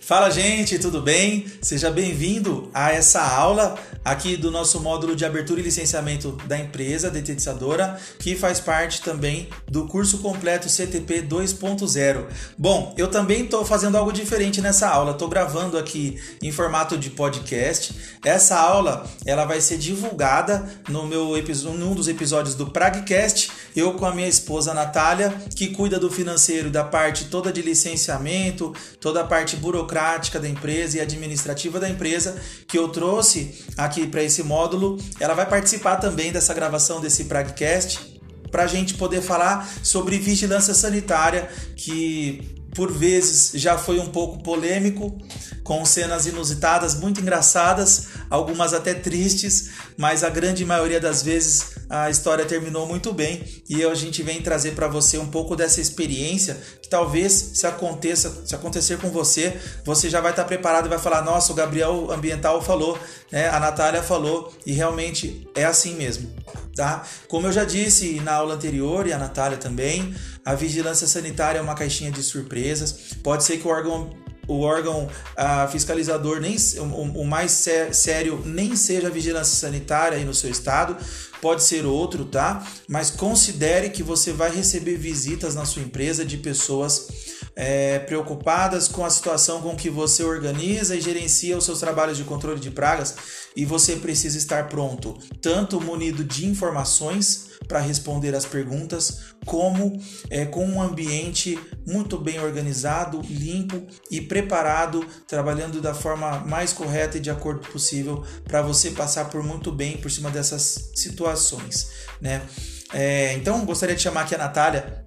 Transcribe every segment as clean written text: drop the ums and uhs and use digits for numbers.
Fala, gente, tudo bem? Seja bem-vindo a essa aula aqui do nosso módulo de abertura e licenciamento da empresa detetizadora, que faz parte também do curso completo CTP 2.0. Bom, eu também estou fazendo algo diferente nessa aula, estou gravando aqui em formato de podcast. Essa aula ela vai ser divulgada num dos episódios do Pragcast, eu com a minha esposa Natália, que cuida do financeiro, da parte toda de licenciamento, toda a parte burocrática da empresa e administrativa da empresa, que eu trouxe aqui para esse módulo. Ela vai participar também dessa gravação desse Pragcast, para a gente poder falar sobre vigilância sanitária, que por vezes já foi um pouco polêmico, com cenas inusitadas, muito engraçadas, algumas até tristes, mas a grande maioria das vezes a história terminou muito bem e a gente vem trazer para você um pouco dessa experiência que talvez se acontecer com você, você já vai estar preparado e vai falar: nossa, o Gabriel Ambiental falou, né? A Natália falou, e realmente é assim mesmo. Tá? Como eu já disse na aula anterior, e a Natália também, a vigilância sanitária é uma caixinha de surpresas. Pode ser que o órgão fiscalizador, o mais sério, nem seja a vigilância sanitária aí no seu estado, pode ser outro, tá? Mas considere que você vai receber visitas na sua empresa de pessoas preocupadas com a situação com que você organiza e gerencia os seus trabalhos de controle de pragas, e você precisa estar pronto, tanto munido de informações para responder as perguntas, como com um ambiente muito bem organizado, limpo e preparado, trabalhando da forma mais correta e de acordo possível para você passar muito bem por cima dessas situações, né? Então, gostaria de chamar aqui a Natália.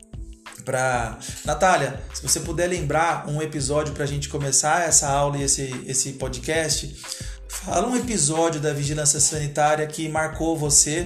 Natália, se você puder lembrar um episódio para a gente começar essa aula e esse podcast, fala um episódio da vigilância sanitária que marcou você,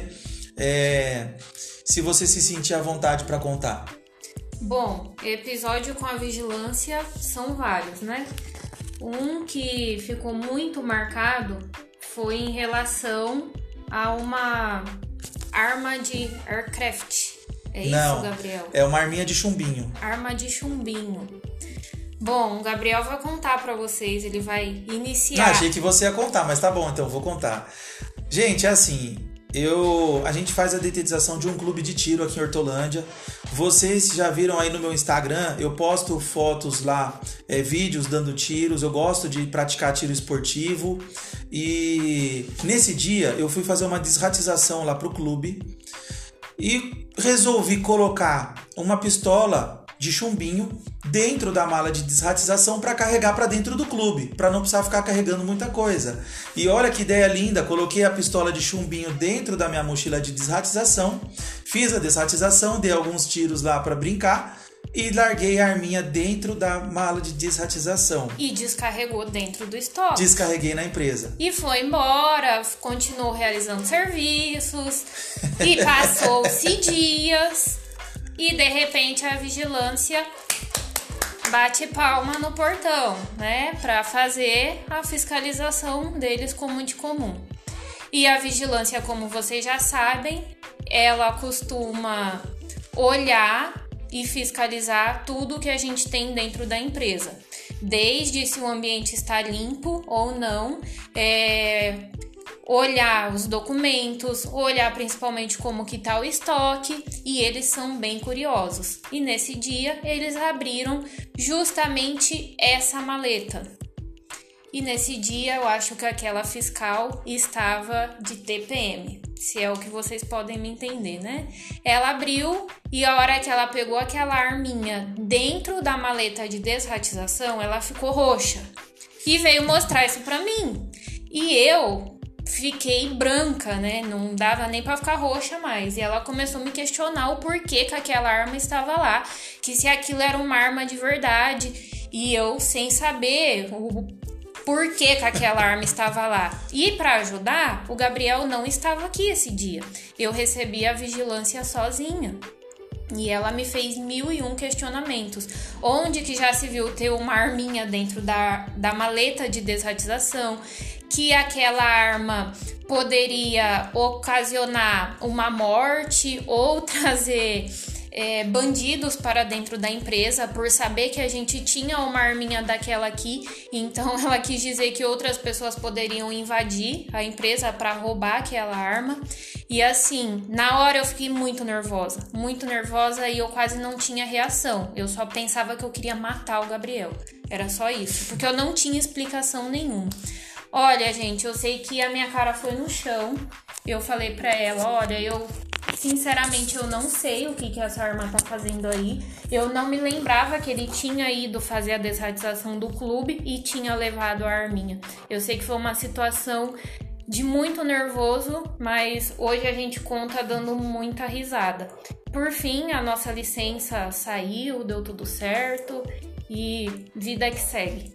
se você se sentir à vontade para contar. Bom, episódio com a vigilância são vários, né? Um que ficou muito marcado foi em relação a uma arma de aircraft. Não, Gabriel? É uma arminha de chumbinho. Arma de chumbinho. Bom, o Gabriel vai contar pra vocês, ele vai iniciar. Achei que você ia contar, mas tá bom, então vou contar. Gente, é assim, a gente faz a detetização de um clube de tiro aqui em Hortolândia. Vocês já viram aí no meu Instagram, eu posto fotos lá, vídeos dando tiros. Eu gosto de praticar tiro esportivo. E nesse dia eu fui fazer uma desratização lá pro clube e resolvi colocar uma pistola de chumbinho dentro da mala de desratização para carregar para dentro do clube, para não precisar ficar carregando muita coisa. E olha que ideia linda, coloquei a pistola de chumbinho dentro da minha mochila de desratização, fiz a desratização, dei alguns tiros lá para brincar e larguei a arminha dentro da mala de desratização. E descarregou dentro do estoque. Descarreguei na empresa. E foi embora, continuou realizando serviços, e passou-se dias, e de repente a vigilância bate palma no portão, né? Para fazer a fiscalização deles como de comum. E a vigilância, como vocês já sabem, ela costuma olhar e fiscalizar tudo que a gente tem dentro da empresa, desde se o ambiente está limpo ou não, olhar os documentos, olhar principalmente como que está o estoque, e eles são bem curiosos. E nesse dia eles abriram justamente essa maleta. E nesse dia eu acho que aquela fiscal estava de TPM, se é o que vocês podem me entender, né? Ela abriu e a hora que ela pegou aquela arminha dentro da maleta de desratização, ela ficou roxa e veio mostrar isso pra mim. E eu fiquei branca, né? Não dava nem pra ficar roxa mais. E ela começou a me questionar o porquê que aquela arma estava lá, que se aquilo era uma arma de verdade. E eu sem saber por que aquela arma estava lá. E para ajudar, o Gabriel não estava aqui esse dia. Eu recebi a vigilância sozinha. E ela me fez 1001 questionamentos. Onde que já se viu ter uma arminha dentro da maleta de desratização? Que aquela arma poderia ocasionar uma morte ou trazer bandidos para dentro da empresa por saber que a gente tinha uma arminha daquela aqui. Então ela quis dizer que outras pessoas poderiam invadir a empresa para roubar aquela arma. E assim, na hora eu fiquei muito nervosa e eu quase não tinha reação. Eu só pensava que eu queria matar o Gabriel. Era só isso, porque eu não tinha explicação nenhuma. Olha, gente, eu sei que a minha cara foi no chão. Eu falei pra ela, olha, sinceramente, eu não sei o que essa arma tá fazendo aí. Eu não me lembrava que ele tinha ido fazer a desratização do clube e tinha levado a arminha. Eu sei que foi uma situação de muito nervoso, mas hoje a gente conta dando muita risada. Por fim, a nossa licença saiu, deu tudo certo e vida que segue.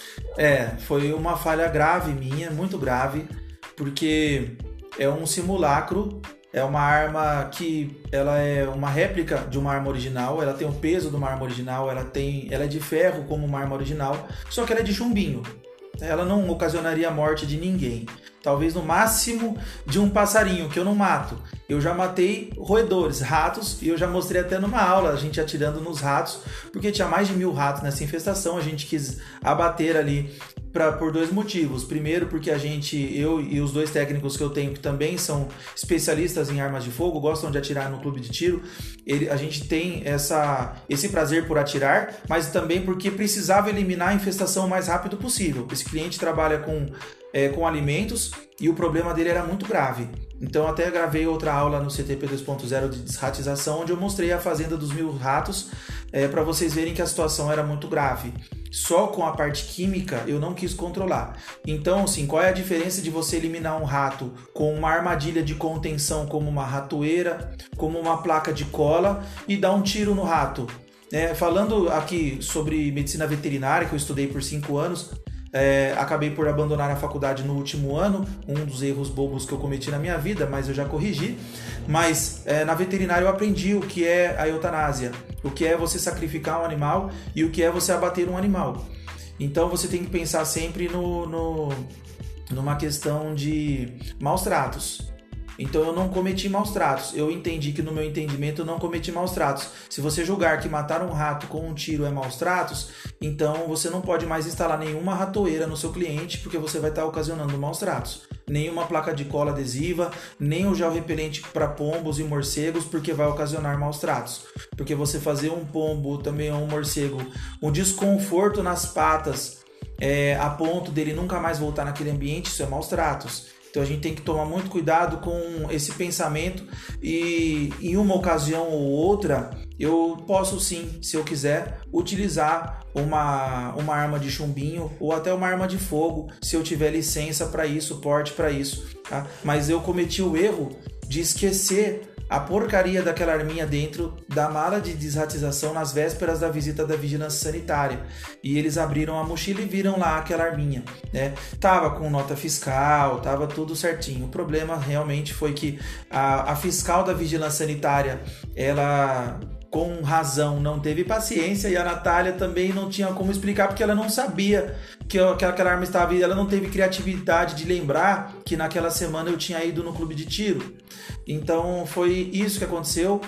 Foi uma falha grave minha, muito grave, porque é um simulacro. É uma arma que ela é uma réplica de uma arma original, ela tem o peso de uma arma original, ela é de ferro como uma arma original, só que ela é de chumbinho. Ela não ocasionaria a morte de ninguém. Talvez no máximo de um passarinho, que eu não mato. Eu já matei roedores, ratos, e eu já mostrei até numa aula, a gente atirando nos ratos, porque tinha mais de 1000 ratos nessa infestação, a gente quis abater ali por 2 motivos. Primeiro, porque eu e os 2 técnicos que eu tenho, que também são especialistas em armas de fogo, gostam de atirar no clube de tiro, a gente tem esse prazer por atirar, mas também porque precisava eliminar a infestação o mais rápido possível. Esse cliente trabalha com alimentos e o problema dele era muito grave. Então até gravei outra aula no CTP 2.0 de desratização, onde eu mostrei a fazenda dos 1000 ratos, para vocês verem que a situação era muito grave. Só com a parte química eu não quis controlar. Então, assim, qual é a diferença de você eliminar um rato com uma armadilha de contenção, como uma ratoeira, como uma placa de cola, e dar um tiro no rato? Falando aqui sobre medicina veterinária, que eu estudei por 5 anos, acabei por abandonar a faculdade no último ano, um dos erros bobos que eu cometi na minha vida, mas eu já corrigi. Mas na veterinária eu aprendi o que é a eutanásia, o que é você sacrificar um animal e o que é você abater um animal. Então você tem que pensar sempre numa questão de maus tratos. Então eu não cometi maus tratos. Eu entendi que no meu entendimento eu não cometi maus tratos. Se você julgar que matar um rato com um tiro é maus tratos, então você não pode mais instalar nenhuma ratoeira no seu cliente, porque você vai estar ocasionando maus tratos. Nenhuma placa de cola adesiva, nem o gel repelente para pombos e morcegos, porque vai ocasionar maus tratos. Porque você fazer um pombo, também um morcego, um desconforto nas patas, a ponto dele nunca mais voltar naquele ambiente, isso é maus tratos. Então a gente tem que tomar muito cuidado com esse pensamento e em uma ocasião ou outra eu posso sim, se eu quiser, utilizar uma arma de chumbinho ou até uma arma de fogo, se eu tiver licença para isso, porte para isso, tá? Mas eu cometi o erro de esquecer a porcaria daquela arminha dentro da mala de desratização nas vésperas da visita da vigilância sanitária. E eles abriram a mochila e viram lá aquela arminha, né? Tava com nota fiscal, tava tudo certinho. O problema realmente foi que a fiscal da vigilância sanitária, ela com razão não teve paciência, e a Natália também não tinha como explicar, porque ela não sabia que aquela arma estava, e ela não teve criatividade de lembrar que naquela semana eu tinha ido no clube de tiro. Então foi isso que aconteceu,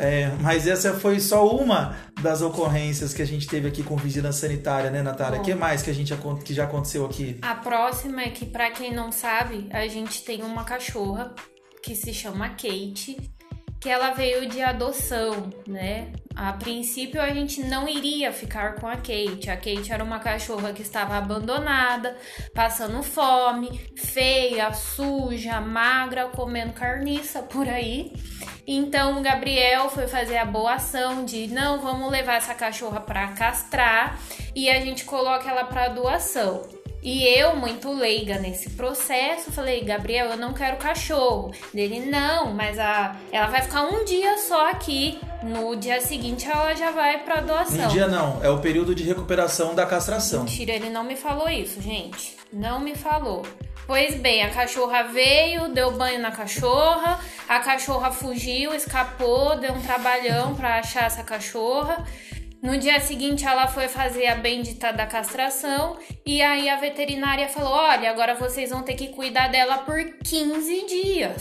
mas essa foi só uma das ocorrências que a gente teve aqui com vigilância sanitária, né, Natália? O que mais que já aconteceu aqui? A próxima é que, para quem não sabe, a gente tem uma cachorra que se chama Kate, que ela veio de adoção, né? A princípio a gente não iria ficar com a Kate. A Kate era uma cachorra que estava abandonada, passando fome, feia, suja, magra, comendo carniça por aí. Então o Gabriel foi fazer a boa ação de não, vamos levar essa cachorra para castrar e a gente coloca ela para doação. E eu, muito leiga nesse processo, falei, Gabriel, eu não quero cachorro. Ele, não, mas ela vai ficar um dia só aqui. No dia seguinte ela já vai pra doação. Um dia não, é o período de recuperação da castração. Mentira, ele não me falou isso, gente. Não me falou. Pois bem, a cachorra veio, deu banho na cachorra, a cachorra fugiu, escapou, deu um trabalhão pra achar essa cachorra. No dia seguinte ela foi fazer a bendita da castração e aí a veterinária falou, olha, agora vocês vão ter que cuidar dela por 15 dias.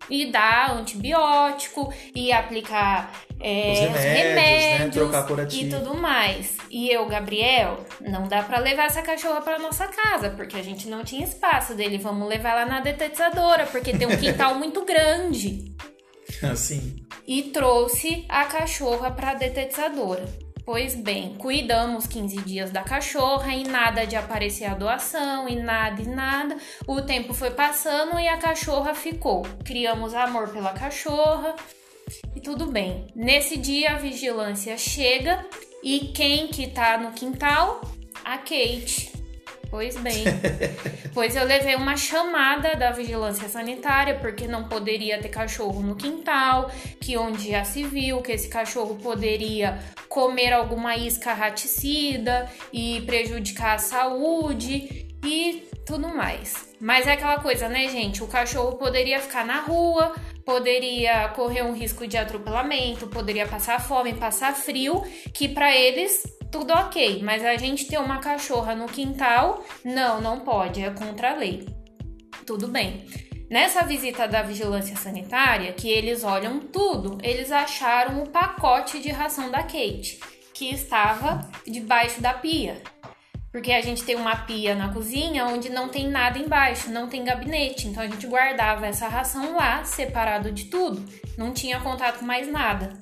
e dar antibiótico e aplicar os remédios, né? Trocar curativo e tudo mais. E eu, Gabriel, não dá pra levar essa cachorra pra nossa casa, porque a gente não tinha espaço dele. Vamos levar ela na detetizadora, porque tem um quintal muito grande. Assim. E trouxe a cachorra pra detetizadora. Pois bem, cuidamos 15 dias da cachorra e nada de aparecer a doação e nada. O tempo foi passando e a cachorra ficou. Criamos amor pela cachorra e tudo bem. Nesse dia a vigilância chega e quem que tá no quintal? A Kate. Pois bem, pois eu levei uma chamada da vigilância sanitária porque não poderia ter cachorro no quintal, que onde já se viu que esse cachorro poderia comer alguma isca raticida e prejudicar a saúde e tudo mais. Mas é aquela coisa, né, gente? O cachorro poderia ficar na rua, poderia correr um risco de atropelamento, poderia passar fome, passar frio, que para eles tudo ok, mas a gente ter uma cachorra no quintal, não pode, é contra a lei. Tudo bem. Nessa visita da vigilância sanitária, que eles olham tudo, eles acharam o pacote de ração da Kate, que estava debaixo da pia. Porque a gente tem uma pia na cozinha onde não tem nada embaixo, não tem gabinete. Então a gente guardava essa ração lá, separado de tudo. Não tinha contato com mais nada.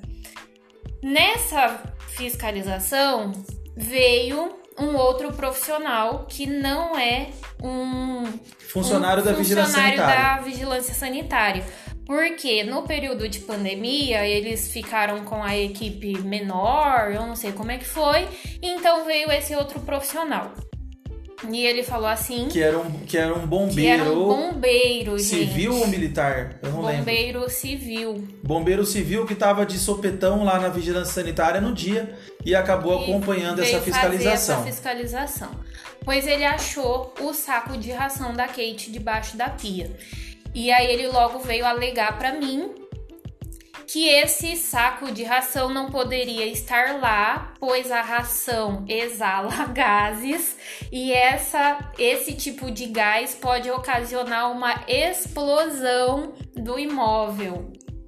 Nessa fiscalização veio um outro profissional que não é um funcionário da vigilância sanitária. Porque no período de pandemia eles ficaram com a equipe menor, eu não sei como é que foi, então veio esse outro profissional. E ele falou assim... Que era um bombeiro... Que era um bombeiro, civil ou militar? Eu não lembro. Bombeiro civil. Bombeiro civil que estava de sopetão lá na vigilância sanitária no dia e acabou acompanhando essa fiscalização. Essa fiscalização. Pois ele achou o saco de ração da Kate debaixo da pia. E aí ele logo veio alegar para mim que esse saco de ração não poderia estar lá, pois a ração exala gases e esse tipo de gás pode ocasionar uma explosão do imóvel.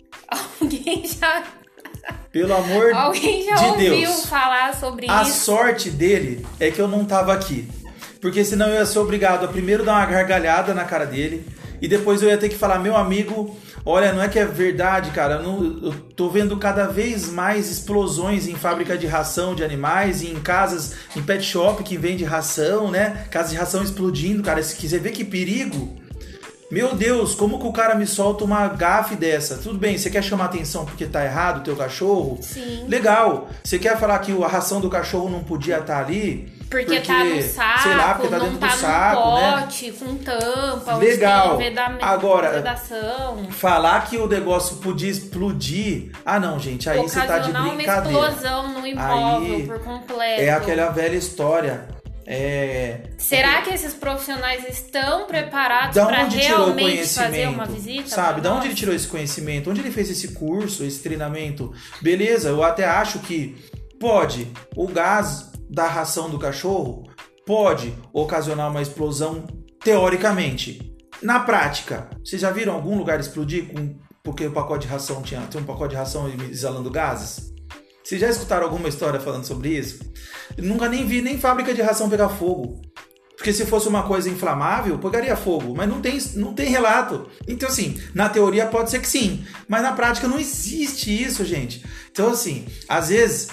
Pelo amor Alguém já de ouviu Deus. falar sobre A isso? A sorte dele é que eu não tava aqui, porque senão eu ia ser obrigado a primeiro dar uma gargalhada na cara dele e depois eu ia ter que falar, meu amigo... Olha, não é que é verdade, cara, eu tô vendo cada vez mais explosões em fábrica de ração de animais, em casas, em pet shop que vende ração, né? Casas de ração explodindo, cara, você vê que perigo? Meu Deus, como que o cara me solta uma gafe dessa? Tudo bem, você quer chamar atenção porque tá errado o teu cachorro? Sim. Legal. Você quer falar que a ração do cachorro não podia estar ali? Porque tá no saco, sei lá, porque tá não dentro tá do saco, no pote, né? Com tampa, legal. Agora, vedação. Falar que o negócio podia explodir... Ah, não, gente, aí você tá de brincadeira. Uma explosão no imóvel aí, por completo. É aquela velha história. Será que esses profissionais estão preparados para realmente fazer uma visita? Sabe, da onde ele tirou esse conhecimento? Onde ele fez esse curso, esse treinamento? Beleza, eu até acho que pode. O gás da ração do cachorro pode ocasionar uma explosão teoricamente. Na prática, vocês já viram algum lugar explodir porque o pacote de ração tem um pacote de ração exalando gases? Vocês já escutaram alguma história falando sobre isso? Eu nunca nem vi nem fábrica de ração pegar fogo. Porque se fosse uma coisa inflamável, pegaria fogo. Mas não tem relato. Então, assim, na teoria pode ser que sim. Mas na prática não existe isso, gente. Então, assim, às vezes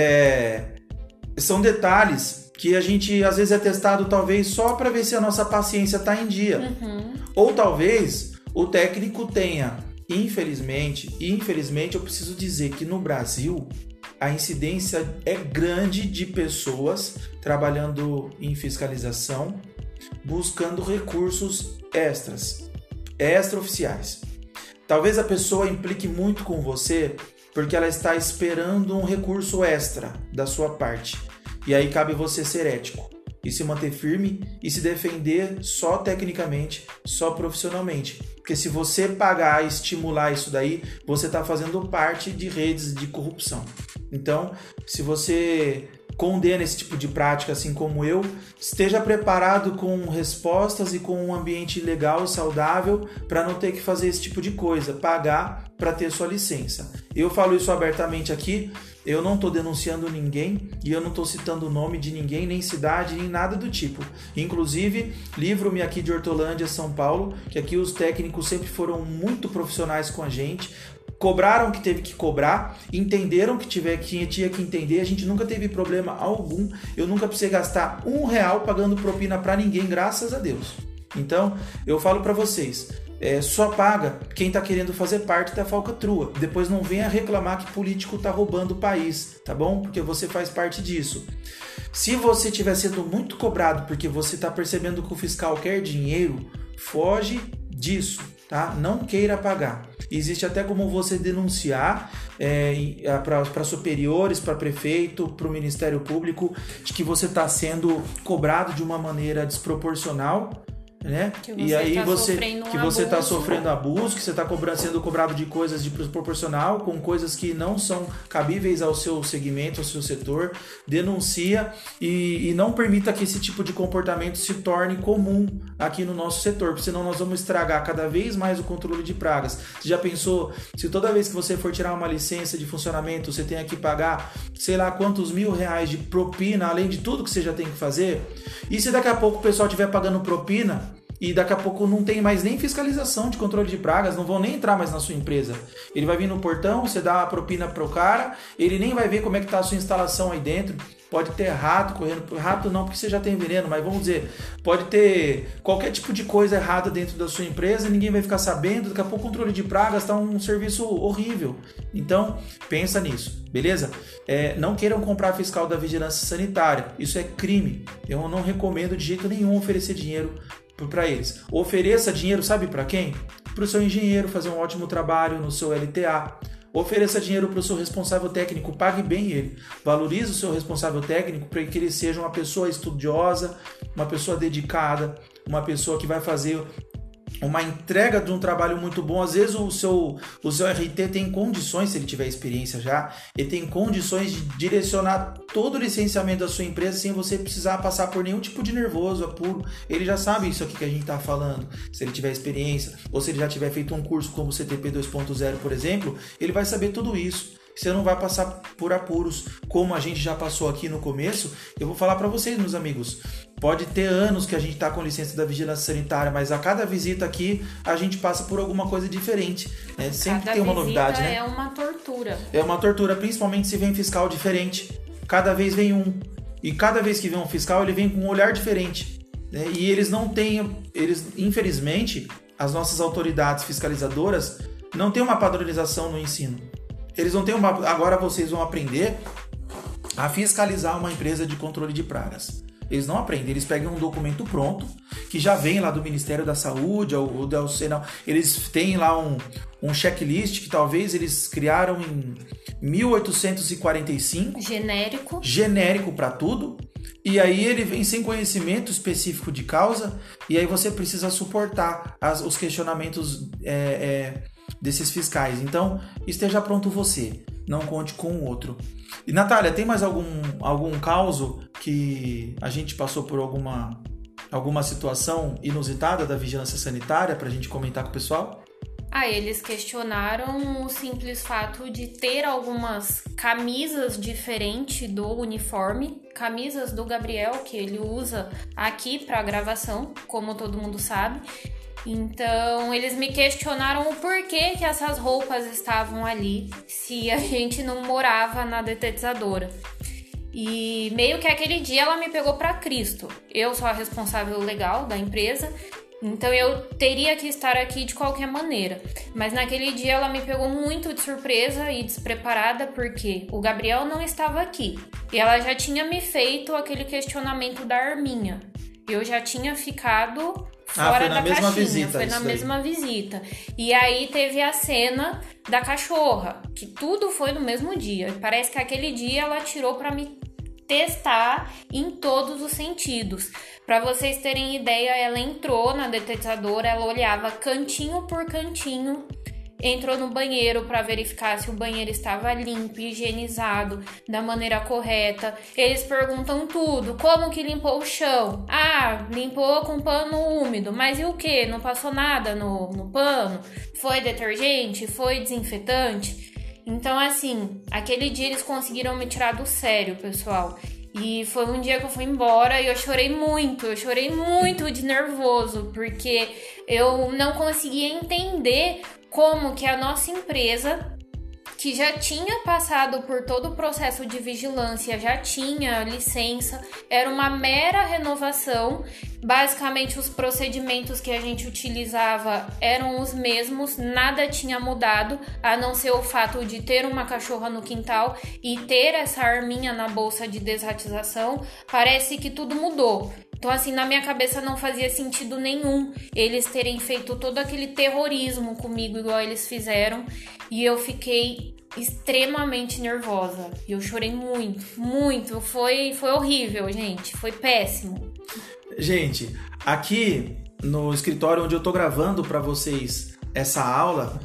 são detalhes que a gente, às vezes, é testado talvez só para ver se a nossa paciência está em dia. Uhum. Ou talvez o técnico tenha. Infelizmente, eu preciso dizer que no Brasil... A incidência é grande de pessoas trabalhando em fiscalização, buscando recursos extraoficiais. Talvez a pessoa implique muito com você porque ela está esperando um recurso extra da sua parte. E aí cabe você ser ético e se manter firme e se defender só tecnicamente, só profissionalmente. Porque se você pagar e estimular isso daí, você está fazendo parte de redes de corrupção. Então, se você condena esse tipo de prática, assim como eu, esteja preparado com respostas e com um ambiente legal, saudável, para não ter que fazer esse tipo de coisa, pagar para ter sua licença. Eu falo isso abertamente aqui, eu não estou denunciando ninguém e eu não estou citando o nome de ninguém, nem cidade, nem nada do tipo. Inclusive, livro-me aqui de Hortolândia, São Paulo, que aqui os técnicos sempre foram muito profissionais com a gente, cobraram o que teve que cobrar, entenderam que tinha que entender, a gente nunca teve problema algum, eu nunca precisei gastar R$1 pagando propina para ninguém, graças a Deus. Então, eu falo para vocês, só paga quem está querendo fazer parte da falcatrua. Depois não venha reclamar que político está roubando o país, tá bom? Porque você faz parte disso. Se você estiver sendo muito cobrado porque você está percebendo que o fiscal quer dinheiro, foge disso, tá? Não queira pagar. Existe até como você denunciar para superiores, para prefeito, para o Ministério Público, de que você está sendo cobrado de uma maneira desproporcional, né? E aí você está sofrendo abuso, que você está sendo cobrado de coisas desproporcional, com coisas que não são cabíveis ao seu segmento, ao seu setor. Denuncia e não permita que esse tipo de comportamento se torne comum aqui no nosso setor, porque senão nós vamos estragar cada vez mais o controle de pragas. Você já pensou, se toda vez que você for tirar uma licença de funcionamento, você tenha que pagar sei lá quantos R$1.000 de propina, além de tudo que você já tem que fazer? E se daqui a pouco o pessoal estiver pagando propina e daqui a pouco não tem mais nem fiscalização de controle de pragas, não vão nem entrar mais na sua empresa. Ele vai vir no portão, você dá a propina pro cara, ele nem vai ver como é que tá a sua instalação aí dentro. Pode ter rato correndo, rato não porque você já tem veneno, mas vamos dizer, pode ter qualquer tipo de coisa errada dentro da sua empresa, ninguém vai ficar sabendo, daqui a pouco o controle de pragas está um serviço horrível. Então, pensa nisso, beleza? Não queiram comprar fiscal da vigilância sanitária, isso é crime. Eu não recomendo de jeito nenhum oferecer dinheiro para eles. Ofereça dinheiro, sabe para quem? Para o seu engenheiro fazer um ótimo trabalho no seu LTA. Ofereça dinheiro para o seu responsável técnico, pague bem ele. Valorize o seu responsável técnico para que ele seja uma pessoa estudiosa, uma pessoa dedicada, uma pessoa que vai fazer uma entrega de um trabalho muito bom. Às vezes o seu RT tem condições, se ele tiver experiência já, ele tem condições de direcionar todo o licenciamento da sua empresa sem você precisar passar por nenhum tipo de nervoso, apuro. Ele já sabe isso aqui que a gente está falando. Se ele tiver experiência, ou se ele já tiver feito um curso como o CTP 2.0, por exemplo, ele vai saber tudo isso. Você não vai passar por apuros como a gente já passou aqui no começo. Eu vou falar para vocês, meus amigos, pode ter anos que a gente está com licença da vigilância sanitária, mas a cada visita aqui a gente passa por alguma coisa diferente, né? Sempre tem uma novidade, né? É uma tortura. É uma tortura, principalmente se vem fiscal diferente. Cada vez vem um. E cada vez que vem um fiscal, ele vem com um olhar diferente, né? E eles não têm, infelizmente, as nossas autoridades fiscalizadoras não têm uma padronização no ensino. Eles não têm agora vocês vão aprender a fiscalizar uma empresa de controle de pragas. Eles não aprendem, eles pegam um documento pronto, que já vem lá do Ministério da Saúde, ou da UCENAL. Eles têm lá um checklist que talvez eles criaram em 1845. Genérico para tudo. E aí ele vem sem conhecimento específico de causa, e aí você precisa suportar os questionamentos desses fiscais. Então, esteja pronto você, não conte com o outro. E Natália, tem mais algum caso que a gente passou por alguma situação inusitada da vigilância sanitária para a gente comentar com o pessoal? Eles questionaram o simples fato de ter algumas camisas diferentes do uniforme, camisas do Gabriel, que ele usa aqui para gravação, como todo mundo sabe. Então, eles me questionaram o porquê que essas roupas estavam ali, se a gente não morava na detetizadora. E meio que aquele dia ela me pegou para Cristo. Eu sou a responsável legal da empresa, então eu teria que estar aqui de qualquer maneira. Mas naquele dia ela me pegou muito de surpresa e despreparada, porque o Gabriel não estava aqui. E ela já tinha me feito aquele questionamento da arminha. Eu já tinha ficado fora da caixinha, foi na mesma visita. E aí teve a cena da cachorra, que tudo foi no mesmo dia. Parece que aquele dia ela tirou para me testar em todos os sentidos. Para vocês terem ideia, ela entrou na detetizadora, ela olhava cantinho por cantinho. entrou no banheiro para verificar se o banheiro estava limpo, higienizado, da maneira correta. Eles perguntam tudo, como que limpou o chão? Ah, limpou com pano úmido, mas e o que? Não passou nada no pano? Foi detergente? Foi desinfetante? Então, assim, aquele dia eles conseguiram me tirar do sério, pessoal. E foi um dia que eu fui embora e eu chorei muito de nervoso, porque eu não conseguia entender como que a nossa empresa, que já tinha passado por todo o processo de vigilância, já tinha licença, era uma mera renovação. Basicamente, os procedimentos que a gente utilizava eram os mesmos, nada tinha mudado, a não ser o fato de ter uma cachorra no quintal e ter essa arminha na bolsa de desratização. Parece que tudo mudou. Então, assim, na minha cabeça não fazia sentido nenhum eles terem feito todo aquele terrorismo comigo, igual eles fizeram. E eu fiquei extremamente nervosa. E eu chorei muito. Foi horrível, gente. Foi péssimo. Gente, aqui no escritório onde eu tô gravando para vocês essa aula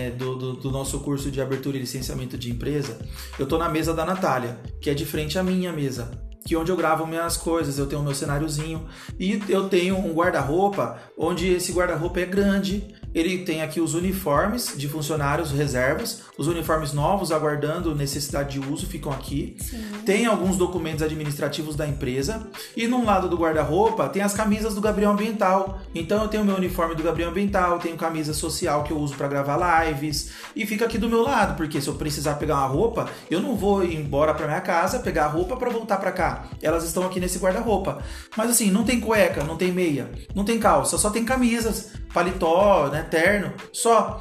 do nosso curso de abertura e licenciamento de empresa, eu tô na mesa da Natália, que é de frente à minha mesa, que é onde eu gravo minhas coisas. Eu tenho o meu cenáriozinho e eu tenho um guarda-roupa, onde esse guarda-roupa é grande. Ele tem aqui os uniformes de funcionários, reservas, os uniformes novos aguardando necessidade de uso ficam aqui. Sim. Tem alguns documentos administrativos da empresa e num lado do guarda-roupa tem as camisas do Gabriel Ambiental. Então eu tenho o meu uniforme do Gabriel Ambiental, tenho camisa social que eu uso para gravar lives e fica aqui do meu lado, porque se eu precisar pegar uma roupa, eu não vou ir embora para minha casa, pegar a roupa para voltar para cá. Elas estão aqui nesse guarda-roupa. Mas assim, não tem cueca, não tem meia, não tem calça, só tem camisas, paletó, né, terno, só.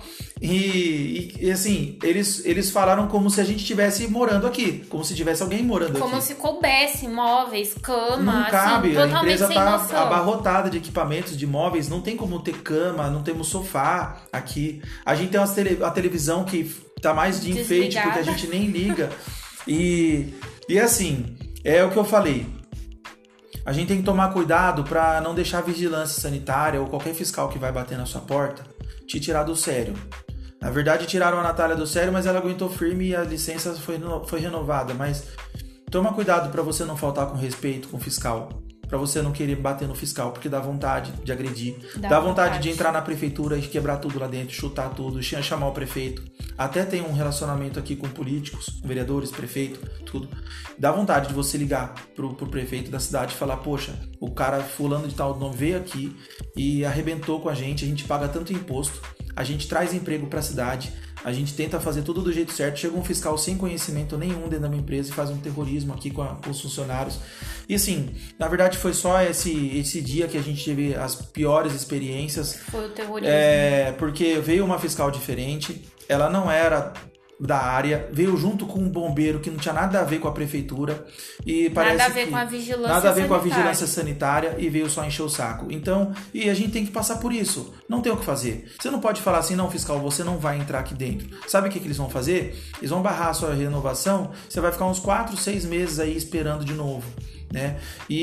E assim, eles falaram como se a gente estivesse morando aqui, como se tivesse alguém morando aqui. Como se coubesse móveis, cama, não cabe, assim, a empresa tá noção. Abarrotada de equipamentos, de móveis, não tem como ter cama, não temos sofá aqui. A gente tem a televisão que tá mais de enfeite, desligada, porque a gente nem liga. E assim, é o que eu falei. A gente tem que tomar cuidado para não deixar a vigilância sanitária ou qualquer fiscal que vai bater na sua porta te tirar do sério. Na verdade, tiraram a Natália do sério, mas ela aguentou firme e a licença foi renovada. Mas toma cuidado para você não faltar com respeito com o fiscal. Para você não querer bater no fiscal, porque dá vontade de agredir. Dá vontade de entrar na prefeitura e quebrar tudo lá dentro, chutar tudo, chamar o prefeito. Até tem um relacionamento aqui com políticos, com vereadores, prefeito, tudo. Dá vontade de você ligar pro prefeito da cidade e falar: poxa, o cara fulano de tal nome veio aqui e arrebentou com a gente paga tanto imposto, a gente traz emprego para a cidade, a gente tenta fazer tudo do jeito certo, chega um fiscal sem conhecimento nenhum dentro da minha empresa e faz um terrorismo aqui com os funcionários. E assim, na verdade foi só esse dia que a gente teve as piores experiências. Foi o terrorismo. Porque veio uma fiscal diferente, ela não era da área, veio junto com um bombeiro que não tinha nada a ver com a prefeitura e parece nada a ver com a vigilância nada a ver com a vigilância sanitária e veio só encher o saco. Então, e a gente tem que passar por isso, não tem o que fazer. Você não pode falar assim: não, fiscal, você não vai entrar aqui dentro. Sabe o que eles vão fazer? Eles vão barrar a sua renovação, você vai ficar uns 4, 6 meses aí esperando de novo, né?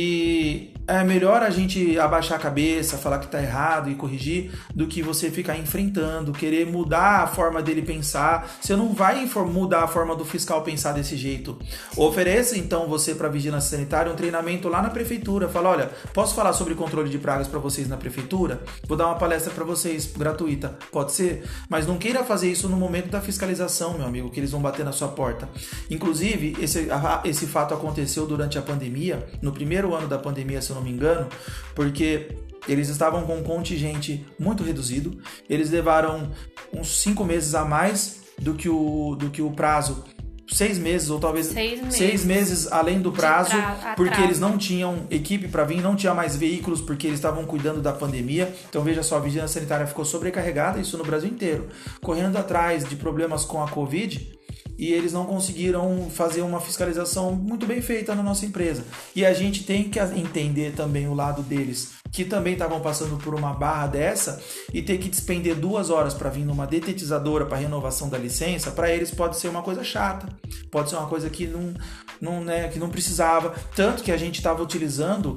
E é melhor a gente abaixar a cabeça, falar que tá errado e corrigir, do que você ficar enfrentando, querer mudar a forma dele pensar. Você não vai mudar a forma do fiscal pensar desse jeito. Ofereça então você para vigilância sanitária um treinamento lá na prefeitura. Fala: olha, posso falar sobre controle de pragas para vocês na prefeitura? Vou dar uma palestra para vocês gratuita, pode ser? Mas não queira fazer isso no momento da fiscalização, meu amigo, que eles vão bater na sua porta. Inclusive, esse fato aconteceu durante a pandemia, no primeiro ano da pandemia, se eu não me engano, porque eles estavam com um contingente muito reduzido. Eles levaram uns 5 meses a mais do que o prazo, 6 meses ou talvez 6 meses além do prazo, porque eles não tinham equipe para vir, não tinha mais veículos, porque eles estavam cuidando da pandemia. Então veja só, a vigilância sanitária ficou sobrecarregada, isso no Brasil inteiro, correndo atrás de problemas com a Covid, e eles não conseguiram fazer uma fiscalização muito bem feita na nossa empresa. E a gente tem que entender também o lado deles, que também estavam passando por uma barra dessa, e ter que despender 2 horas para vir numa detetizadora para renovação da licença, para eles pode ser uma coisa chata, pode ser uma coisa que não precisava. Tanto que a gente estava utilizando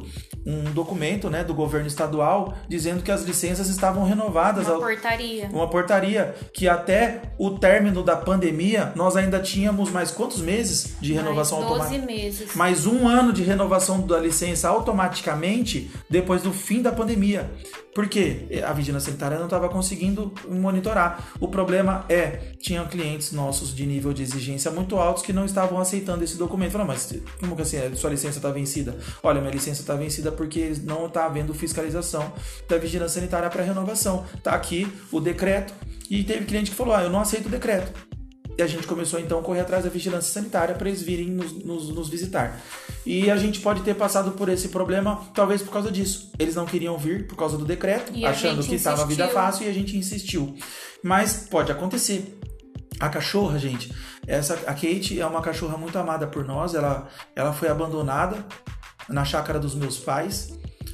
um documento, né, do governo estadual dizendo que as licenças estavam renovadas. Uma portaria que até o término da pandemia nós ainda tínhamos mais quantos meses de renovação automática? 12 meses. Mais 1 ano de renovação da licença automaticamente depois do fim da pandemia. Por quê? A vigilância sanitária não estava conseguindo monitorar. O problema tinham clientes nossos de nível de exigência muito altos que não estavam aceitando esse documento. Falaram, mas como que assim, sua licença está vencida? Olha, minha licença está vencida porque não está havendo fiscalização da vigilância sanitária para renovação. Está aqui o decreto. E teve cliente que falou, eu não aceito o decreto. E a gente começou então a correr atrás da vigilância sanitária para eles virem nos visitar. E a gente pode ter passado por esse problema talvez por causa disso. Eles não queriam vir por causa do decreto, achando que estava a vida fácil, e a gente insistiu. Mas pode acontecer. A cachorra, gente, a Kate é uma cachorra muito amada por nós. Ela foi abandonada na chácara dos meus pais.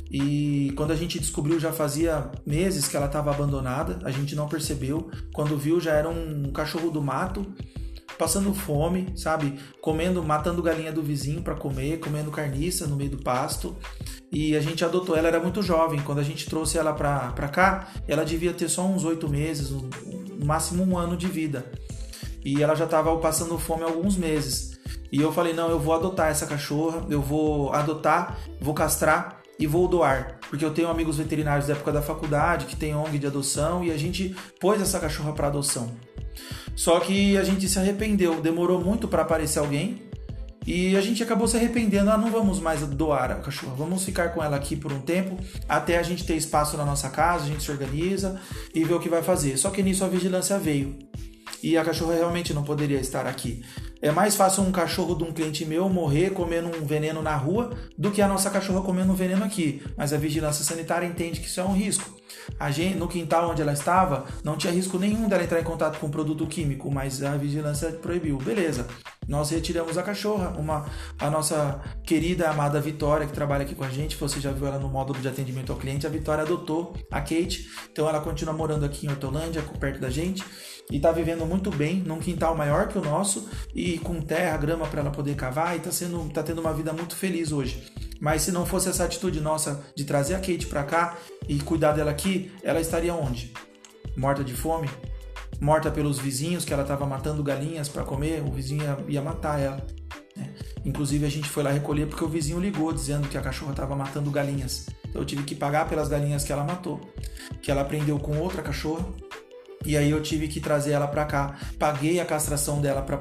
E quando a gente descobriu, já fazia meses que ela estava abandonada, a gente não percebeu. Quando viu, já era um cachorro do mato, passando fome, sabe? Matando galinha do vizinho para comer, comendo carniça no meio do pasto. E a gente adotou ela, era muito jovem. Quando a gente trouxe ela para cá, ela devia ter só uns 8 meses, no máximo 1 ano de vida. E ela já estava passando fome há alguns meses. E eu falei, não, eu vou adotar essa cachorra, eu vou adotar, vou castrar e vou doar, porque eu tenho amigos veterinários da época da faculdade que tem ONG de adoção e a gente pôs essa cachorra para adoção. Só que a gente se arrependeu, demorou muito para aparecer alguém e a gente acabou se arrependendo. Não vamos mais doar a cachorra, vamos ficar com ela aqui por um tempo até a gente ter espaço na nossa casa, a gente se organiza e vê o que vai fazer. Só que nisso a vigilância veio e a cachorra realmente não poderia estar aqui. É mais fácil um cachorro de um cliente meu morrer comendo um veneno na rua do que a nossa cachorra comendo um veneno aqui. Mas a vigilância sanitária entende que isso é um risco. No quintal onde ela estava, não tinha risco nenhum dela entrar em contato com produto químico, mas a vigilância proibiu. Beleza, nós retiramos a cachorra. A nossa querida, amada Vitória, que trabalha aqui com a gente, você já viu ela no módulo de atendimento ao cliente, a Vitória adotou a Kate, então ela continua morando aqui em Hortolândia, perto da gente, e tá vivendo muito bem, num quintal maior que o nosso, e com terra, grama para ela poder cavar, e tá tendo uma vida muito feliz hoje. Mas se não fosse essa atitude nossa de trazer a Kate para cá e cuidar dela aqui, ela estaria onde? Morta de fome? Morta pelos vizinhos, que ela estava matando galinhas para comer, o vizinho ia matar ela. Né? Inclusive a gente foi lá recolher porque o vizinho ligou dizendo que a cachorra estava matando galinhas. Então eu tive que pagar pelas galinhas que ela matou, que ela prendeu com outra cachorra. E aí eu tive que trazer ela para cá. Paguei a castração dela para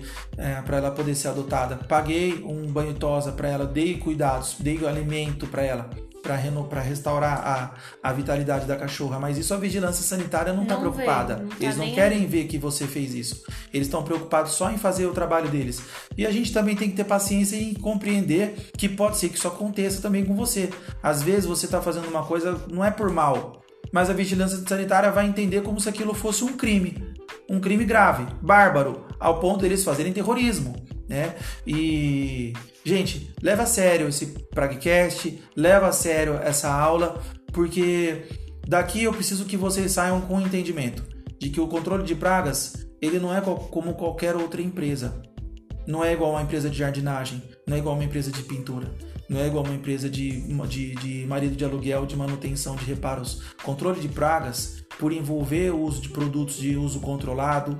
ela poder ser adotada. Paguei um banho tosa para ela, dei cuidados, dei alimento para ela, para restaurar a vitalidade da cachorra. Mas isso a vigilância sanitária não está preocupada. Eles não querem ver que você fez isso. Eles estão preocupados só em fazer o trabalho deles. E a gente também tem que ter paciência e compreender que pode ser que isso aconteça também com você. Às vezes você está fazendo uma coisa, não é por mal, mas a vigilância sanitária vai entender como se aquilo fosse um crime grave, bárbaro, ao ponto de eles fazerem terrorismo, né? E, gente, leva a sério esse Pragcast, leva a sério essa aula, porque daqui eu preciso que vocês saiam com o entendimento de que o controle de pragas, ele não é como qualquer outra empresa. Não é igual uma empresa de jardinagem, não é igual uma empresa de pintura, não é igual uma empresa de marido de aluguel, de manutenção, de reparos. Controle de pragas, por envolver o uso de produtos de uso controlado,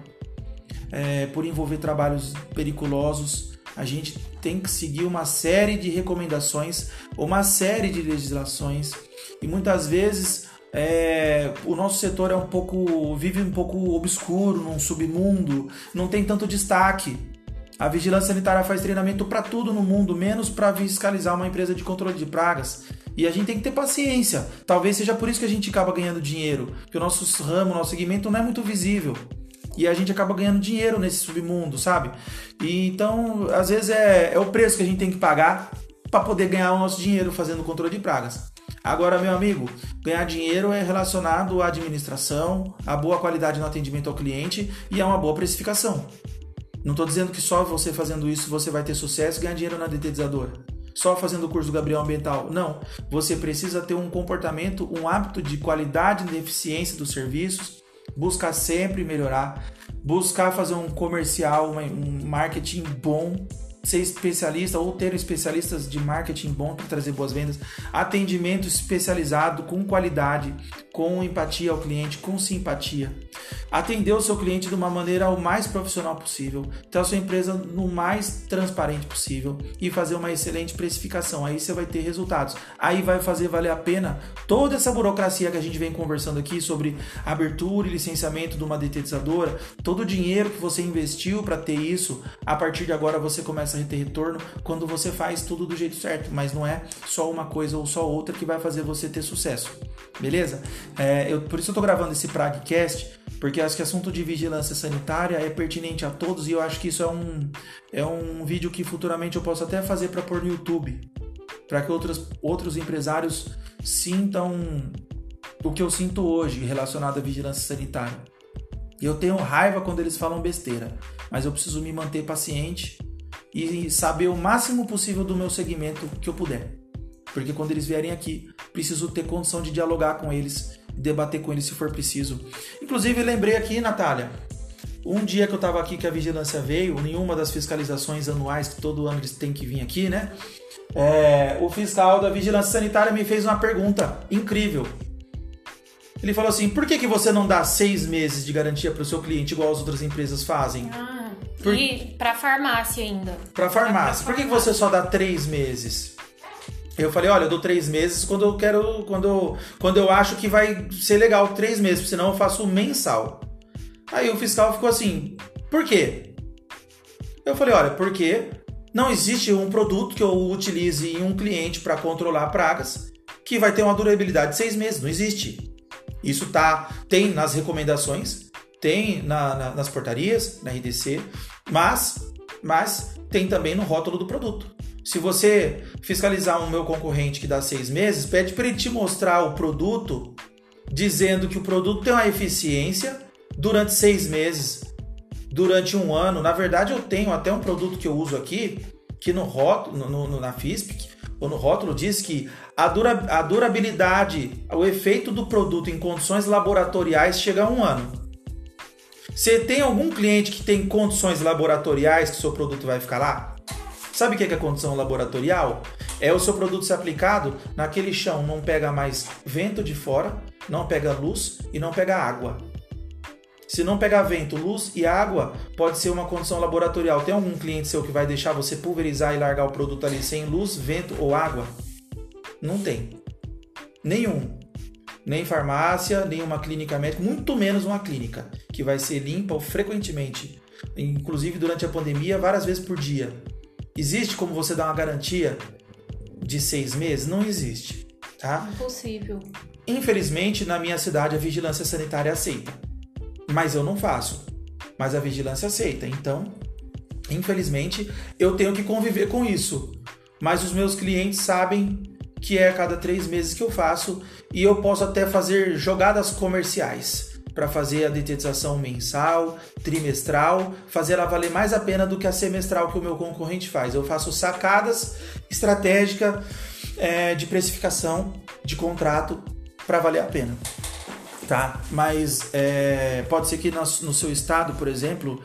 por envolver trabalhos periculosos, a gente tem que seguir uma série de recomendações, uma série de legislações, e muitas vezes o nosso setor vive um pouco obscuro, num submundo, não tem tanto destaque. A vigilância sanitária faz treinamento para tudo no mundo, menos para fiscalizar uma empresa de controle de pragas. E a gente tem que ter paciência. Talvez seja por isso que a gente acaba ganhando dinheiro, porque o nosso ramo, o nosso segmento não é muito visível. E a gente acaba ganhando dinheiro nesse submundo, sabe? E então, às vezes é o preço que a gente tem que pagar para poder ganhar o nosso dinheiro fazendo controle de pragas. Agora, meu amigo, ganhar dinheiro é relacionado à administração, à boa qualidade no atendimento ao cliente e a uma boa precificação. Não estou dizendo que só você fazendo isso você vai ter sucesso e ganhar dinheiro na detetizadora. Só fazendo o curso do Gabriel Ambiental. Não. Você precisa ter um comportamento, um hábito de qualidade e eficiência dos serviços, buscar sempre melhorar, buscar fazer um comercial, um marketing bom, ser especialista ou ter especialistas de marketing bom para trazer boas vendas, atendimento especializado com qualidade, com empatia ao cliente, com simpatia, atender o seu cliente de uma maneira o mais profissional possível, ter a sua empresa no mais transparente possível e fazer uma excelente precificação. Aí você vai ter resultados. Aí vai fazer valer a pena toda essa burocracia que a gente vem conversando aqui sobre abertura e licenciamento de uma detetizadora, todo o dinheiro que você investiu para ter isso, a partir de agora você começa a ter retorno quando você faz tudo do jeito certo, mas não é só uma coisa ou só outra que vai fazer você ter sucesso, beleza? Por isso eu tô gravando esse Pragcast, porque acho que assunto de vigilância sanitária é pertinente a todos e eu acho que isso é um vídeo que futuramente eu posso até fazer para pôr no YouTube, para que outros empresários sintam o que eu sinto hoje relacionado à vigilância sanitária. Eu tenho raiva quando eles falam besteira, mas eu preciso me manter paciente e saber o máximo possível do meu segmento que eu puder. Porque quando eles vierem aqui, preciso ter condição de dialogar com eles, debater com eles se for preciso. Inclusive, lembrei aqui, Natália, um dia que eu estava aqui que a vigilância veio, em uma das fiscalizações anuais que todo ano eles têm que vir aqui, né? O fiscal da vigilância sanitária me fez uma pergunta incrível. Ele falou assim, por que você não dá 6 meses de garantia para o seu cliente igual as outras empresas fazem? E para farmácia ainda. Para farmácia. Por que você só dá 3 meses? Eu falei, olha, eu dou 3 meses quando eu acho que vai ser legal 3 meses, senão eu faço mensal. Aí o fiscal ficou assim, por quê? Eu falei, olha, porque não existe um produto que eu utilize em um cliente para controlar pragas que vai ter uma durabilidade de 6 meses, não existe. Isso tem nas recomendações, tem nas portarias, na RDC, mas tem também no rótulo do produto. Se você fiscalizar um meu concorrente que dá 6 meses, pede para ele te mostrar o produto, dizendo que o produto tem uma eficiência durante 6 meses, durante 1 ano. Na verdade, eu tenho até um produto que eu uso aqui, que no rótulo, na FISP, ou no rótulo diz que a durabilidade, o efeito do produto em condições laboratoriais chega a 1 ano. Você tem algum cliente que tem condições laboratoriais que o seu produto vai ficar lá? Sabe o que é condição laboratorial? É o seu produto ser aplicado naquele chão, não pega mais vento de fora, não pega luz e não pega água. Se não pegar vento, luz e água, pode ser uma condição laboratorial. Tem algum cliente seu que vai deixar você pulverizar e largar o produto ali sem luz, vento ou água? Não tem. Nenhum. Nem farmácia, nem uma clínica médica, muito menos uma clínica, que vai ser limpa frequentemente. Inclusive durante a pandemia, várias vezes por dia. Existe como você dar uma garantia de 6 meses? Não existe. Tá? Impossível. Infelizmente, na minha cidade, a vigilância sanitária aceita. Mas eu não faço. Mas a vigilância aceita. Então, infelizmente, eu tenho que conviver com isso. Mas os meus clientes sabem que é a cada 3 meses que eu faço e eu posso até fazer jogadas comerciais para fazer a detetização mensal, trimestral, fazer ela valer mais a pena do que a semestral que o meu concorrente faz. Eu faço sacadas estratégicas de precificação, de contrato, para valer a pena. Tá? Mas pode ser que no seu estado, por exemplo,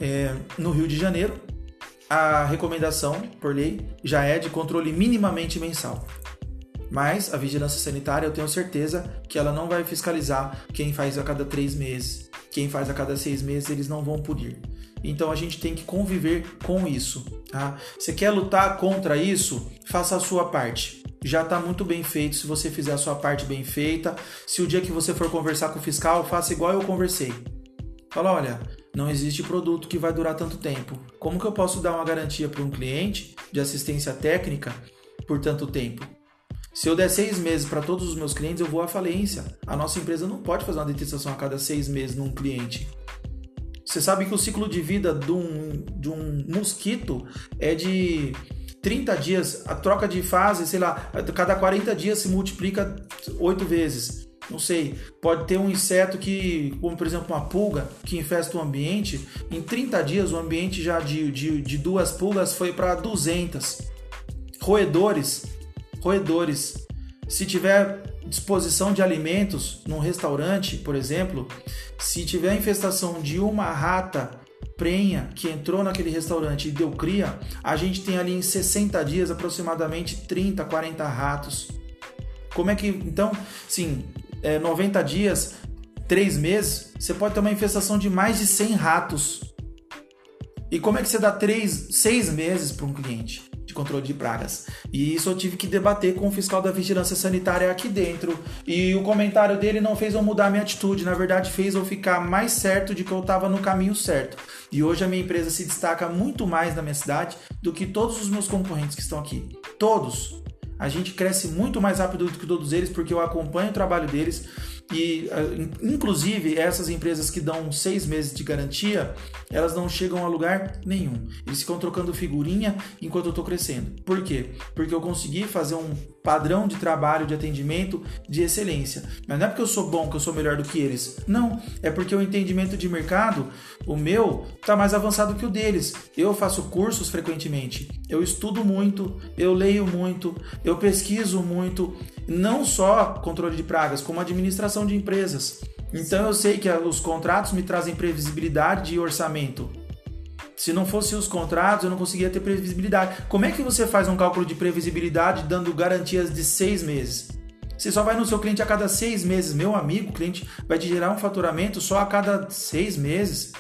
no Rio de Janeiro, a recomendação, por lei, já é de controle minimamente mensal. Mas a vigilância sanitária, eu tenho certeza que ela não vai fiscalizar quem faz a cada 3 meses. Quem faz a cada 6 meses, eles não vão punir. Então a gente tem que conviver com isso. Tá? Você quer lutar contra isso? Faça a sua parte. Já está muito bem feito se você fizer a sua parte bem feita. Se o dia que você for conversar com o fiscal, faça igual eu conversei. Fala, olha, não existe produto que vai durar tanto tempo. Como que eu posso dar uma garantia para um cliente de assistência técnica por tanto tempo? Se eu der 6 meses para todos os meus clientes, eu vou à falência. A nossa empresa não pode fazer uma detetização a cada 6 meses num cliente. Você sabe que o ciclo de vida de um mosquito é de 30 dias. A troca de fase, sei lá, cada 40 dias se multiplica 8 vezes. Não sei, pode ter um inseto que, como por exemplo uma pulga, que infesta o ambiente. Em 30 dias o ambiente já de 2 pulgas foi para 200. Roedores. Se tiver disposição de alimentos num restaurante, por exemplo, se tiver infestação de uma rata prenha que entrou naquele restaurante e deu cria, a gente tem ali em 60 dias aproximadamente 30, 40 ratos. Como é que, então, sim, 90 dias, 3 meses, você pode ter uma infestação de mais de 100 ratos. E como é que você dá 6 meses para um cliente de controle de pragas? E isso eu tive que debater com o fiscal da vigilância sanitária aqui dentro. E o comentário dele não fez eu mudar a minha atitude, na verdade fez eu ficar mais certo de que eu estava no caminho certo. E hoje a minha empresa se destaca muito mais na minha cidade do que todos os meus concorrentes que estão aqui. Todos. A gente cresce muito mais rápido do que todos eles porque eu acompanho o trabalho deles. E, inclusive, essas empresas que dão 6 meses de garantia, elas não chegam a lugar nenhum. Eles ficam trocando figurinha enquanto eu estou crescendo. Por quê? Porque eu consegui fazer um padrão de trabalho, de atendimento, de excelência. Mas não é porque eu sou bom, que eu sou melhor do que eles. Não, é porque o entendimento de mercado, o meu, está mais avançado que o deles. Eu faço cursos frequentemente, eu estudo muito, eu leio muito, eu pesquiso muito, não só controle de pragas, como administração de empresas. Então eu sei que os contratos me trazem previsibilidade de orçamento. Se não fossem os contratos, eu não conseguia ter previsibilidade. Como é que você faz um cálculo de previsibilidade dando garantias de 6 meses? Você só vai no seu cliente a cada 6 meses. Meu amigo, o cliente vai te gerar um faturamento só a cada 6 meses.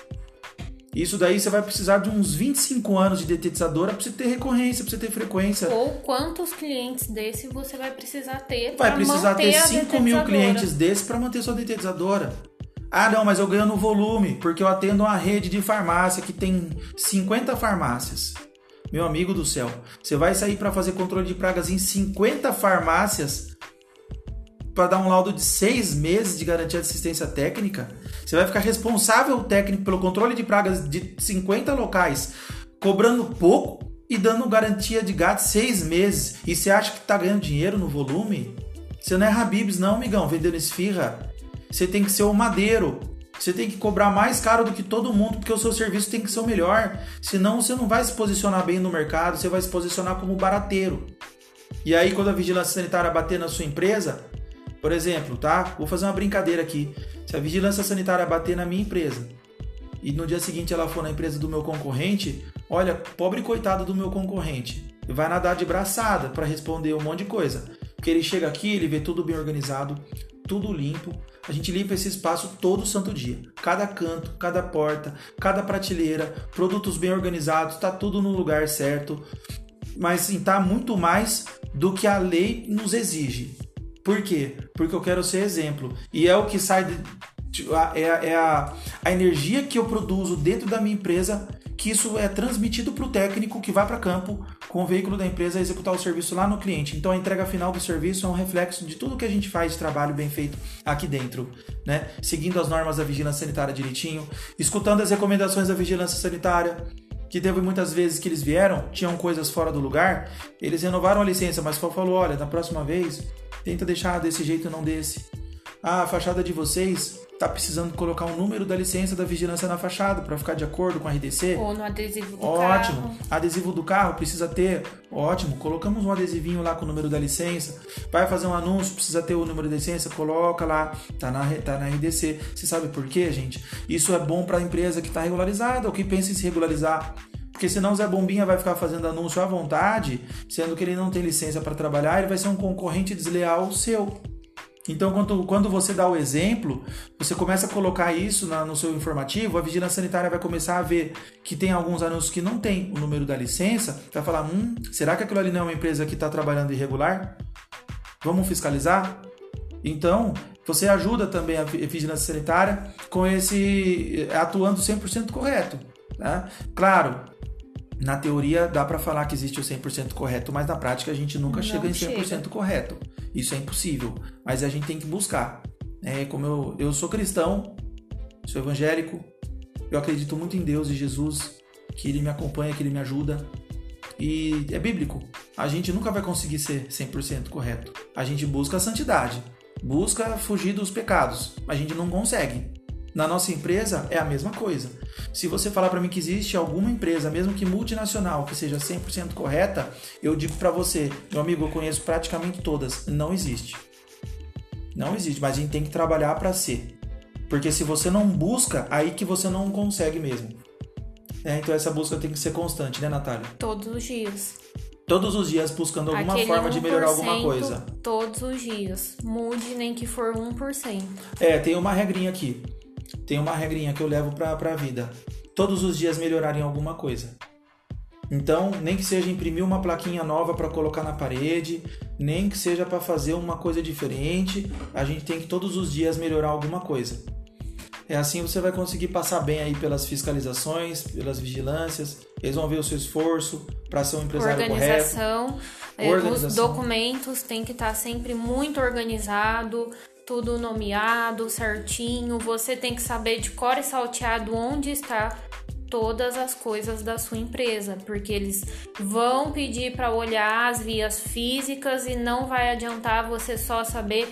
Isso daí você vai precisar de uns 25 anos de detetizadora para você ter recorrência, para você ter frequência. Ou quantos clientes desse você vai precisar ter? Vai precisar ter 5 mil clientes desse para manter sua detetizadora. Ah, não, mas eu ganho no volume, porque eu atendo uma rede de farmácia que tem 50 farmácias. Meu amigo do céu, você vai sair para fazer controle de pragas em 50 farmácias para dar um laudo de 6 meses de garantia de assistência técnica? Você vai ficar responsável técnico pelo controle de pragas de 50 locais, cobrando pouco e dando garantia de GAT 6 meses. E você acha que está ganhando dinheiro no volume? Você não é Habib's não, amigão, vendendo esfirra. Você tem que ser o madeiro. Você tem que cobrar mais caro do que todo mundo, porque o seu serviço tem que ser o melhor. Senão você não vai se posicionar bem no mercado, você vai se posicionar como barateiro. E aí quando a vigilância sanitária bater na sua empresa, por exemplo, tá? Vou fazer uma brincadeira aqui. Se a vigilância sanitária bater na minha empresa e no dia seguinte ela for na empresa do meu concorrente, olha, pobre coitado do meu concorrente, vai nadar de braçada para responder um monte de coisa. Porque ele chega aqui, ele vê tudo bem organizado, tudo limpo. A gente limpa esse espaço todo santo dia. Cada canto, cada porta, cada prateleira, produtos bem organizados, tá tudo no lugar certo. Mas sim, tá muito mais do que a lei nos exige. Por quê? Porque eu quero ser exemplo. E é o que sai... a energia que eu produzo dentro da minha empresa, que isso é transmitido para o técnico que vai para campo com o veículo da empresa executar o serviço lá no cliente. Então a entrega final do serviço é um reflexo de tudo que a gente faz de trabalho bem feito aqui dentro, né? Seguindo as normas da vigilância sanitária direitinho, escutando as recomendações da vigilância sanitária, que teve muitas vezes que eles vieram, tinham coisas fora do lugar, eles renovaram a licença, mas falou, olha, da próxima vez, tenta deixar desse jeito e não desse. Ah, a fachada de vocês está precisando colocar o número da licença da vigilância na fachada para ficar de acordo com a RDC. Ou no adesivo do carro. Ótimo. Adesivo do carro precisa ter. Ótimo. Colocamos um adesivinho lá com o número da licença. Vai fazer um anúncio, precisa ter o número da licença, coloca lá. Tá na RDC. Você sabe por quê, gente? Isso é bom para a empresa que está regularizada ou que pensa em se regularizar. Porque senão o Zé Bombinha vai ficar fazendo anúncio à vontade, sendo que ele não tem licença para trabalhar, ele vai ser um concorrente desleal seu. Então, quando você dá o exemplo, você começa a colocar isso no seu informativo, a vigilância sanitária vai começar a ver que tem alguns anúncios que não tem o número da licença, vai falar, será que aquilo ali não é uma empresa que está trabalhando irregular? Vamos fiscalizar? Então, você ajuda também a vigilância sanitária com atuando 100% correto. Tá? Claro, na teoria dá para falar que existe o 100% correto, mas na prática a gente nunca chega em 100% correto. Isso é impossível, mas a gente tem que buscar. Como eu sou cristão, sou evangélico, eu acredito muito em Deus e Jesus, que Ele me acompanha, que Ele me ajuda. E é bíblico. A gente nunca vai conseguir ser 100% correto. A gente busca a santidade, busca fugir dos pecados, mas a gente não consegue. Na nossa empresa é a mesma coisa. Se você falar para mim que existe alguma empresa, mesmo que multinacional, que seja 100% correta, eu digo para você, meu amigo, eu conheço praticamente todas. Não existe. Não existe, mas a gente tem que trabalhar para ser. Porque se você não busca, aí que você não consegue mesmo. Então essa busca tem que ser constante, né, Natália? Todos os dias. Todos os dias buscando alguma forma de melhorar alguma coisa. Todos os dias. Mude nem que for 1%. Tem uma regrinha aqui. Tem uma regrinha que eu levo pra vida. Todos os dias melhorarem alguma coisa. Então, nem que seja imprimir uma plaquinha nova para colocar na parede, nem que seja para fazer uma coisa diferente, a gente tem que todos os dias melhorar alguma coisa. Assim você vai conseguir passar bem aí pelas fiscalizações, pelas vigilâncias, eles vão ver o seu esforço para ser um empresário Organização. Os documentos tem que estar sempre muito organizado, tudo nomeado, certinho, você tem que saber de cor e salteado onde está todas as coisas da sua empresa, porque eles vão pedir para olhar as vias físicas e não vai adiantar você só saber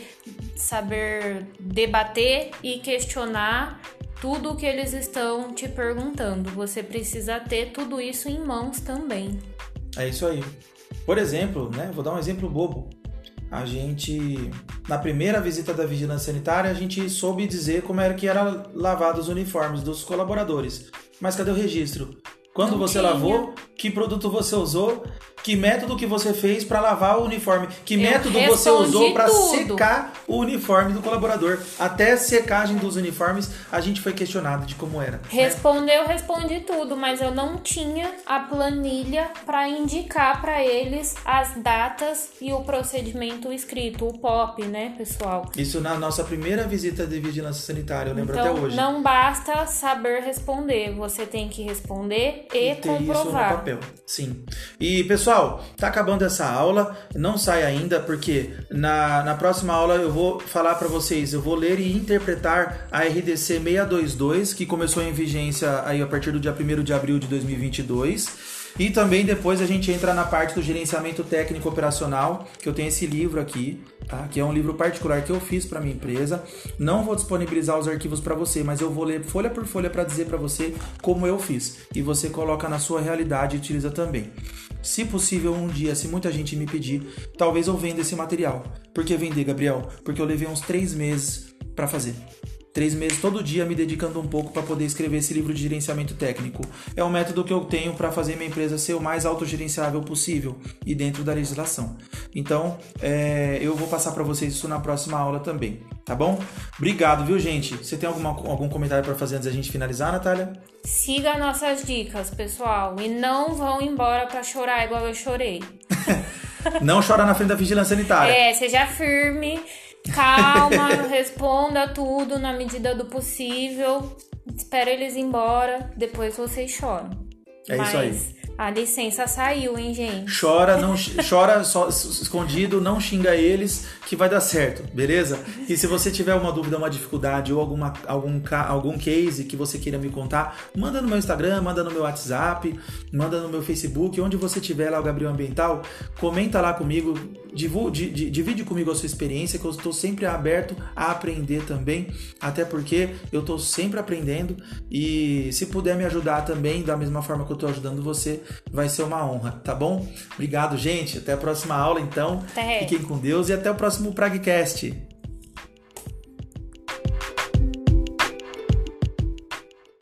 debater e questionar tudo o que eles estão te perguntando. Você precisa ter tudo isso em mãos também. É isso aí. Por exemplo, vou dar um exemplo bobo. A gente, na primeira visita da vigilância sanitária, a gente soube dizer como era que era lavado os uniformes dos colaboradores. Mas cadê o registro? Quando não você tinha. Lavou, que produto você usou, que método que você fez para lavar o uniforme, que método você usou para secar o uniforme do colaborador. Até a secagem dos uniformes, a gente foi questionado de como era. Eu respondi tudo, mas eu não tinha a planilha para indicar para eles as datas e o procedimento escrito, o POP, né, pessoal? Isso na nossa primeira visita de vigilância sanitária, eu lembro então, até hoje. Não basta saber responder, você tem que responder e comprovar. Isso no papel. Sim. E, pessoal, tá acabando essa aula, não sai ainda, porque na próxima aula eu vou falar para vocês, eu vou ler e interpretar a RDC 622, que começou em vigência aí a partir do dia 1º de abril de 2022. E também depois a gente entra na parte do gerenciamento técnico operacional, que eu tenho esse livro aqui, tá? Que é um livro particular que eu fiz para minha empresa. Não vou disponibilizar os arquivos para você, mas eu vou ler folha por folha para dizer para você como eu fiz. E você coloca na sua realidade e utiliza também. Se possível, um dia, se muita gente me pedir, talvez eu venda esse material. Por que vender, Gabriel? Porque eu levei uns 3 meses para fazer. 3 meses todo dia me dedicando um pouco para poder escrever esse livro de gerenciamento técnico. É um método que eu tenho para fazer minha empresa ser o mais autogerenciável possível e dentro da legislação. Então, eu vou passar para vocês isso na próxima aula também, tá bom? Obrigado, viu, gente? Você tem algum comentário para fazer antes da gente finalizar, Natália? Siga nossas dicas, pessoal, e não vão embora para chorar igual eu chorei. Não chora na frente da vigilância sanitária. Seja firme. Calma, responda tudo na medida do possível. Espera eles ir embora, depois vocês choram. Isso aí. A licença saiu, hein, gente? Chora só escondido, não xinga eles, que vai dar certo, beleza? E se você tiver uma dúvida, uma dificuldade ou algum case que você queira me contar, manda no meu Instagram, manda no meu WhatsApp, manda no meu Facebook, onde você tiver lá o Gabriel Ambiental, comenta lá comigo, divide comigo a sua experiência, que eu estou sempre aberto a aprender também, até porque eu estou sempre aprendendo e se puder me ajudar também, da mesma forma que eu estou ajudando você, vai ser uma honra, tá bom? Obrigado, gente. Até a próxima aula, então. Fiquem com Deus e até o próximo Pragcast.